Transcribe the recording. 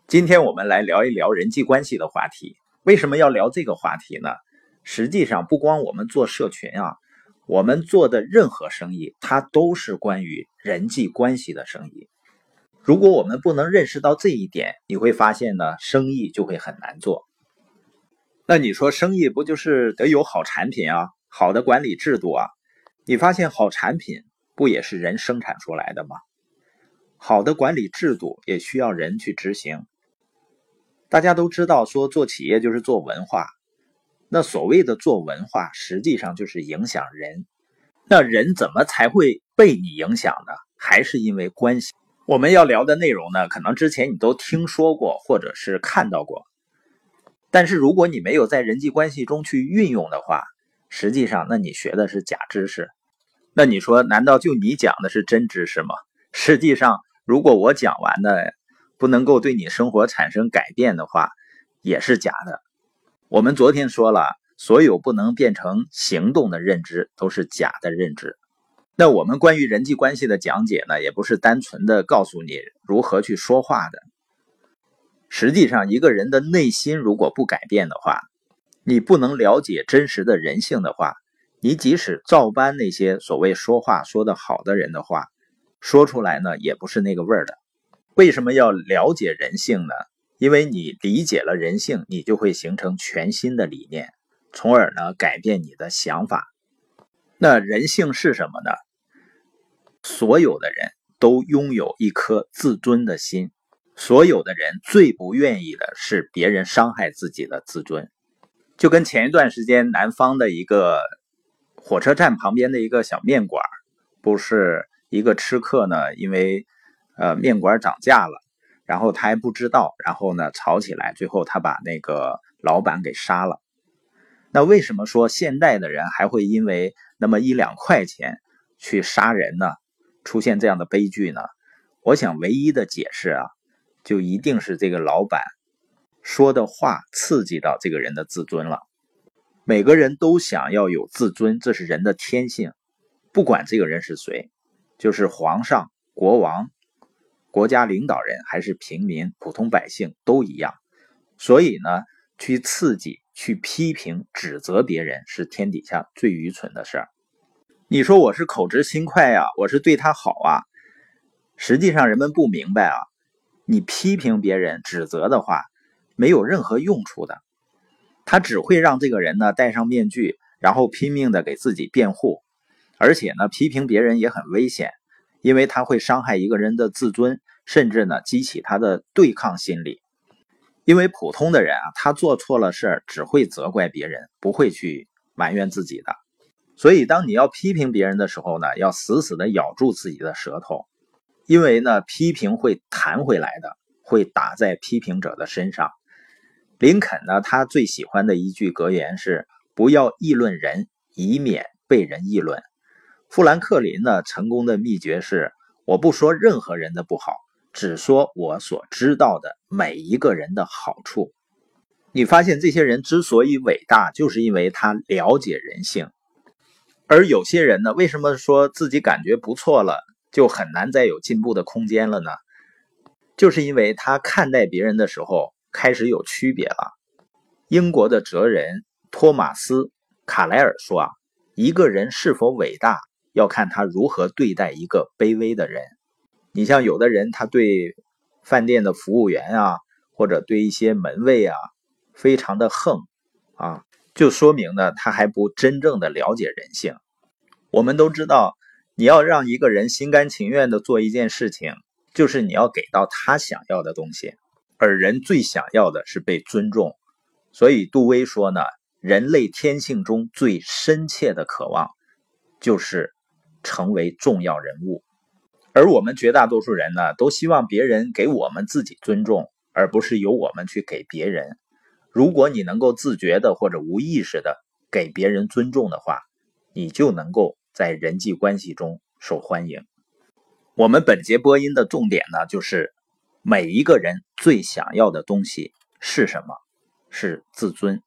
今天我们来聊一聊人际关系的话题。为什么要聊这个话题呢？实际上不光我们做社群我们做的任何生意，它都是关于人际关系的生意。如果我们不能认识到这一点，你会发现呢，生意就会很难做。那你说生意不就是得有好产品好的管理制度你发现好产品不也是人生产出来的吗？好的管理制度也需要人去执行。大家都知道说做企业就是做文化，那所谓的做文化实际上就是影响人。那人怎么才会被你影响呢？还是因为关系。我们要聊的内容呢，可能之前你都听说过或者是看到过，但是如果你没有在人际关系中去运用的话，实际上那你学的是假知识。那你说难道就你讲的是真知识吗？实际上如果我讲完的不能够对你生活产生改变的话，也是假的。我们昨天说了，所有不能变成行动的认知都是假的认知。那我们关于人际关系的讲解呢，也不是单纯的告诉你如何去说话的。实际上一个人的内心如果不改变的话，你不能了解真实的人性的话，你即使照搬那些所谓说话说得好的人的话，说出来呢也不是那个味儿的。为什么要了解人性呢？因为你理解了人性，你就会形成全新的理念，从而呢改变你的想法。那人性是什么呢？所有的人都拥有一颗自尊的心，所有的人最不愿意的是别人伤害自己的自尊。就跟前一段时间南方的一个火车站旁边的一个小面馆，不是一个吃客呢，因为面馆涨价了，然后他还不知道，然后呢吵起来，最后他把那个老板给杀了。那为什么说现代的人还会因为那么1-2块钱去杀人呢？出现这样的悲剧呢？我想唯一的解释就一定是这个老板说的话刺激到这个人的自尊了。每个人都想要有自尊，这是人的天性，不管这个人是谁，就是皇上、国王、国家领导人还是平民、普通百姓都一样。所以呢，去刺激、去批评、指责别人是天底下最愚蠢的事儿。你说我是口直心快我是对他好实际上人们不明白你批评别人、指责的话没有任何用处的，他只会让这个人呢戴上面具，然后拼命的给自己辩护。而且呢，批评别人也很危险，因为他会伤害一个人的自尊，甚至呢激起他的对抗心理。因为普通的人他做错了事只会责怪别人，不会去埋怨自己的。所以当你要批评别人的时候呢，要死死的咬住自己的舌头，因为呢批评会弹回来的，会打在批评者的身上。林肯呢，他最喜欢的一句格言是不要议论人，以免被人议论。富兰克林呢，成功的秘诀是我不说任何人的不好，只说我所知道的每一个人的好处。你发现这些人之所以伟大，就是因为他了解人性。而有些人呢，为什么说自己感觉不错了，就很难再有进步的空间了呢？就是因为他看待别人的时候开始有区别了。英国的哲人托马斯·卡莱尔说一个人是否伟大，要看他如何对待一个卑微的人。你像有的人他对饭店的服务员或者对一些门卫非常的横就说明呢他还不真正的了解人性。我们都知道，你要让一个人心甘情愿的做一件事情，就是你要给到他想要的东西，而人最想要的是被尊重。所以杜威说呢，人类天性中最深切的渴望就是成为重要人物。而我们绝大多数人呢，都希望别人给我们自己尊重，而不是由我们去给别人。如果你能够自觉的或者无意识的给别人尊重的话，你就能够在人际关系中受欢迎。我们本节播音的重点呢，就是每一个人最想要的东西是什么？是自尊。